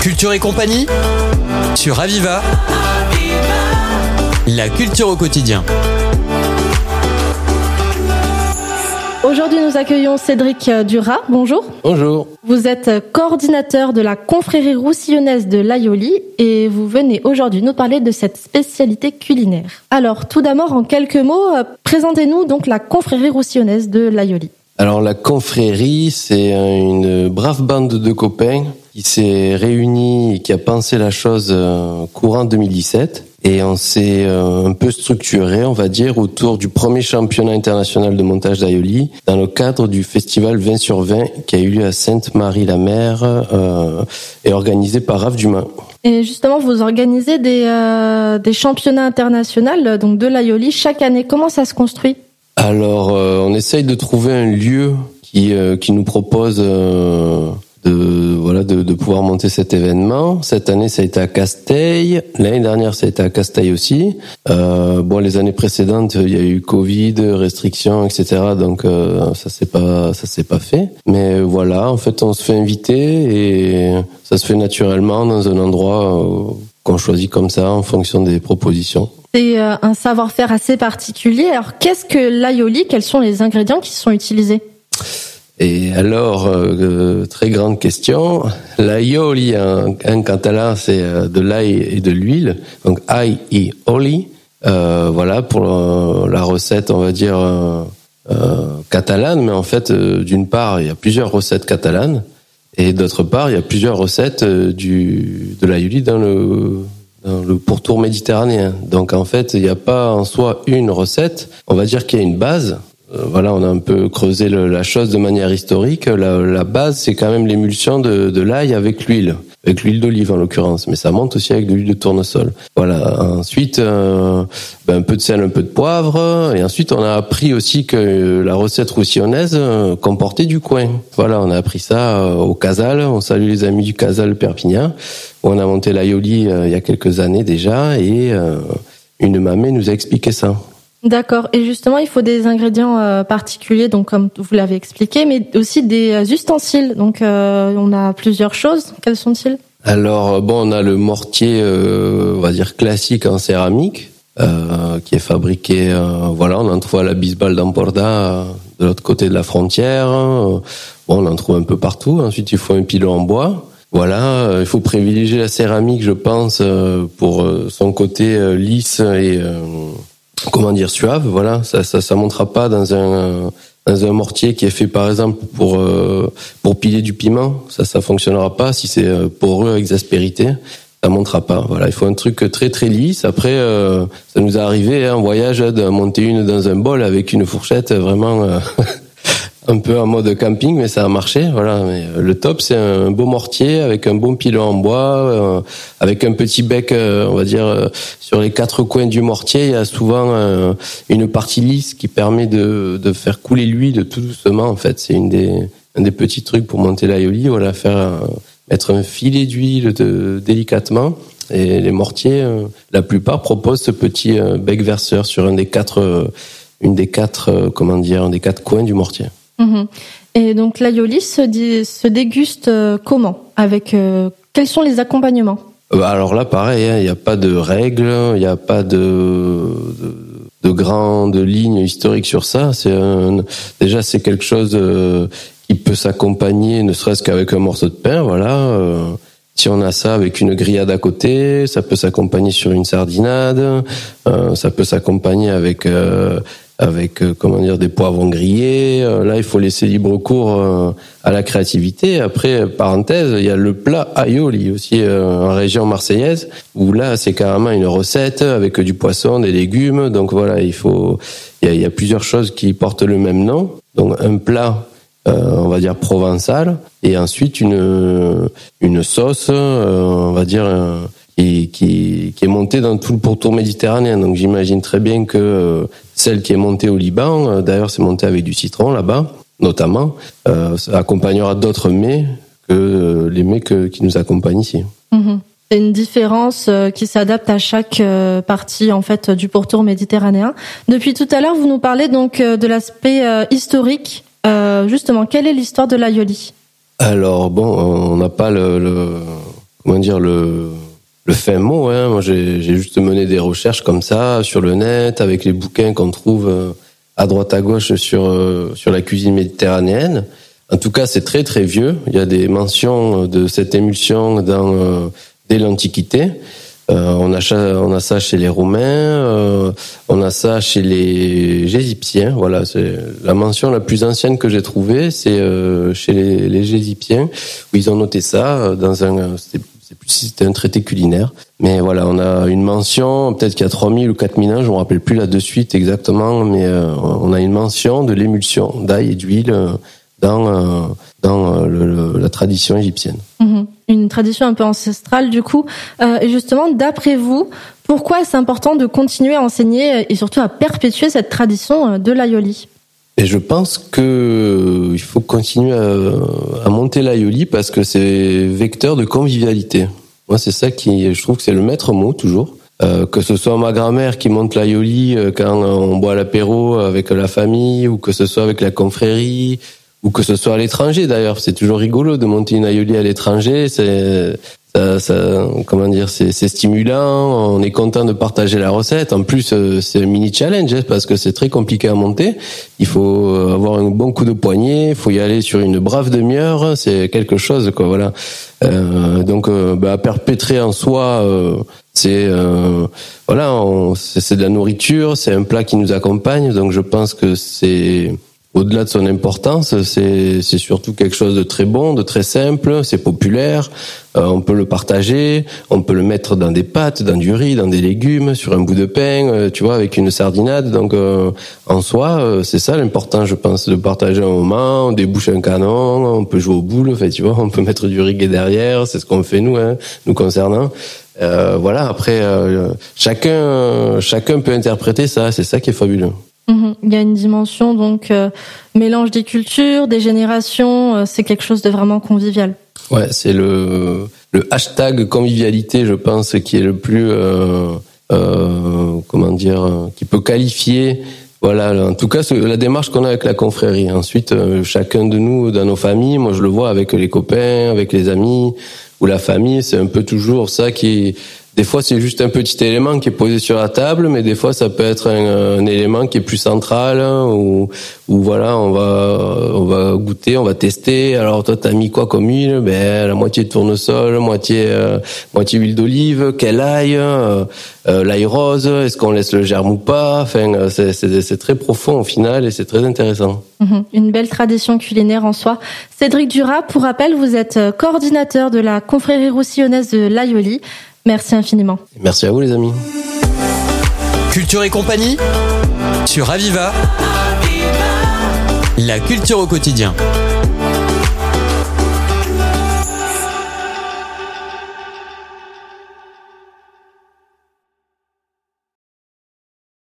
Culture et compagnie sur Aviva. La culture au quotidien. Aujourd'hui, nous accueillons Cédric Duras. Bonjour. Bonjour. Vous êtes coordinateur de la confrérie roussillonnaise de l'Aioli et vous venez aujourd'hui nous parler de cette spécialité culinaire. Alors, tout d'abord, en quelques mots, présentez-nous donc la confrérie roussillonnaise de l'Aioli. Alors, la confrérie, c'est une brave bande de copains qui s'est réunie et qui a pensé la chose courant 2017. Et on s'est un peu structuré, on va dire, autour du premier championnat international de montage d'Aioli, dans le cadre du festival 20 sur 20 qui a eu lieu à Sainte-Marie-la-Mer et organisé par Raph Dumas. Et justement, vous organisez des championnats internationaux donc de l'Aioli chaque année. Comment ça se construit ? Alors, on essaye de trouver un lieu qui nous propose de pouvoir monter cet événement. Cette année, ça a été à Casteil. L'année dernière, ça a été à Casteil aussi. Les années précédentes, il y a eu Covid, restrictions, etc. Donc, ça s'est pas fait. Mais voilà, en fait, on se fait inviter et ça se fait naturellement dans un endroit qu'on choisit comme ça en fonction des propositions. C'est un savoir-faire assez particulier. Alors, qu'est-ce que l'Aioli ? Quels sont les ingrédients qui sont utilisés ? Et alors, très grande question. L'aioli en catalan, c'est de l'ail et de l'huile. Donc, ail et oli. Voilà, pour la recette, on va dire, catalane. Mais en fait, d'une part, il y a plusieurs recettes catalanes. Et d'autre part, il y a plusieurs recettes de l'aioli dans le pourtour méditerranéen. Donc, en fait, il n'y a pas en soi une recette. On va dire qu'il y a une base. Voilà, on a un peu creusé la chose de manière historique. La base, c'est quand même l'émulsion de l'ail avec l'huile d'olive en l'occurrence, mais ça monte aussi avec de l'huile de tournesol. Voilà. Ensuite, un peu de sel, un peu de poivre, et ensuite on a appris aussi que la recette roussillonnaise comportait du coin. Voilà, on a appris ça au Casal. On salue les amis du Casal Perpignan, où on a monté l'Aioli il y a quelques années déjà, et une mamée nous a expliqué ça. D'accord. Et justement, il faut des ingrédients particuliers, donc comme vous l'avez expliqué, mais aussi des ustensiles. Donc, on a plusieurs choses. Quels sont-ils ? Alors, on a le mortier, on va dire classique en céramique, qui est fabriqué. On en trouve à la Bisbal d'Empordà, de l'autre côté de la frontière. On en trouve un peu partout. Ensuite, il faut un pilon en bois. Voilà, il faut privilégier la céramique, je pense, pour son côté lisse et suave. Voilà, ça montera pas dans un mortier qui est fait par exemple pour piler du piment. Ça fonctionnera pas si c'est poreux avec des aspérités. Ça montera pas. Voilà, il faut un truc très très lisse. Après, ça nous est arrivé en voyage de monter une dans un bol avec une fourchette vraiment un peu en mode camping, mais ça a marché. Voilà, mais le top, c'est un beau mortier avec un bon pilon en bois, avec un petit bec, on va dire, sur les quatre coins du mortier. Il y a souvent une partie lisse qui permet de faire couler l'huile tout doucement. En fait, c'est un des petits trucs pour monter l'aioli. Voilà, mettre un filet d'huile délicatement. Et les mortiers, la plupart proposent ce petit bec verseur sur un des quatre coins du mortier. Mmh. Et donc l'aioli se déguste comment ? Avec quels sont les accompagnements ? Alors là, pareil, il n'y a pas de règles, il n'y a pas de grande ligne historique sur ça. Déjà, c'est quelque chose qui peut s'accompagner, ne serait-ce qu'avec un morceau de pain, voilà. Si on a ça avec une grillade à côté, ça peut s'accompagner sur une sardinade, ça peut s'accompagner avec des poivrons grillés. Là, il faut laisser libre cours à la créativité. Après, parenthèse, il y a le plat aioli aussi en région marseillaise, où là, c'est carrément une recette avec du poisson, des légumes. Donc voilà, il y a plusieurs choses qui portent le même nom. Donc un plat, on va dire provençal, et ensuite une sauce, on va dire qui est montée dans tout le pourtour méditerranéen. Donc j'imagine très bien que celle qui est montée au Liban, d'ailleurs c'est monté avec du citron là-bas, notamment, ça accompagnera d'autres mets que les mets qui nous accompagnent ici. Mmh. C'est une différence qui s'adapte à chaque partie en fait du pourtour méditerranéen. Depuis tout à l'heure, vous nous parlez donc de l'aspect historique. Justement, quelle est l'histoire de l'aioli ? Alors on n'a pas le fin mot. Hein. Moi, j'ai juste mené des recherches comme ça sur le net avec les bouquins qu'on trouve à droite à gauche sur la cuisine méditerranéenne. En tout cas, c'est très très vieux. Il y a des mentions de cette émulsion dès l'Antiquité. On a ça chez les Romains, on a ça chez les Égyptiens. Voilà, c'est la mention la plus ancienne que j'ai trouvée, c'est chez les Égyptiens où ils ont noté ça dans c'était un traité culinaire. Mais voilà, on a une mention, peut-être qu'il y a 3000 ou 4000 ans, je me rappelle plus là de suite exactement, mais on a une mention de l'émulsion d'ail et d'huile dans la tradition égyptienne. Une tradition un peu ancestrale du coup. Et justement, d'après vous, pourquoi c'est important de continuer à enseigner et surtout à perpétuer cette tradition de l'aioli ? Et je pense que il faut continuer à monter l'aioli parce que c'est vecteur de convivialité. Moi, c'est ça je trouve que c'est le maître mot toujours. Que ce soit ma grand-mère qui monte l'aioli quand on boit l'apéro avec la famille, ou que ce soit avec la confrérie, ou que ce soit à l'étranger d'ailleurs. C'est toujours rigolo de monter une aioli à l'étranger. C'est stimulant. On est content de partager la recette. En plus, c'est un mini challenge parce que c'est très compliqué à monter. Il faut avoir un bon coup de poignet. Il faut y aller sur une brave demi-heure. C'est quelque chose, quoi. Voilà. Donc, à perpétrer en soi, c'est de la nourriture. C'est un plat qui nous accompagne. Donc, je pense que c'est au-delà de son importance, c'est surtout quelque chose de très bon, de très simple, c'est populaire, on peut le partager, on peut le mettre dans des pâtes, dans du riz, dans des légumes, sur un bout de pain, tu vois, avec une sardinade. Donc en soi, c'est ça l'important, je pense, de partager un moment, on débouche un canon, on peut jouer aux boules, tu vois, on peut mettre du riz derrière, c'est ce qu'on fait nous concernant. Après, chacun peut interpréter ça, c'est ça qui est fabuleux. Il y a une dimension donc mélange des cultures, des générations, c'est quelque chose de vraiment convivial. Ouais, c'est le hashtag convivialité, je pense, qui est le plus qui peut qualifier en tout cas la démarche qu'on a avec la confrérie. Ensuite, chacun de nous dans nos familles, moi je le vois avec les copains, avec les amis ou la famille, c'est un peu toujours ça qui des fois, c'est juste un petit élément qui est posé sur la table, mais des fois, ça peut être un élément qui est plus central, où voilà, on va goûter, on va tester. Alors, toi, t'as mis quoi comme huile? La moitié de tournesol, moitié huile d'olive, quel ail, l'ail rose, est-ce qu'on laisse le germe ou pas? Enfin, c'est très profond au final et c'est très intéressant. Une belle tradition culinaire en soi. Cédric Duras, pour rappel, vous êtes coordinateur de la confrérie roussillonnaise de l'aioli. Merci infiniment. Merci à vous les amis. Culture et compagnie sur Aviva. La culture au quotidien.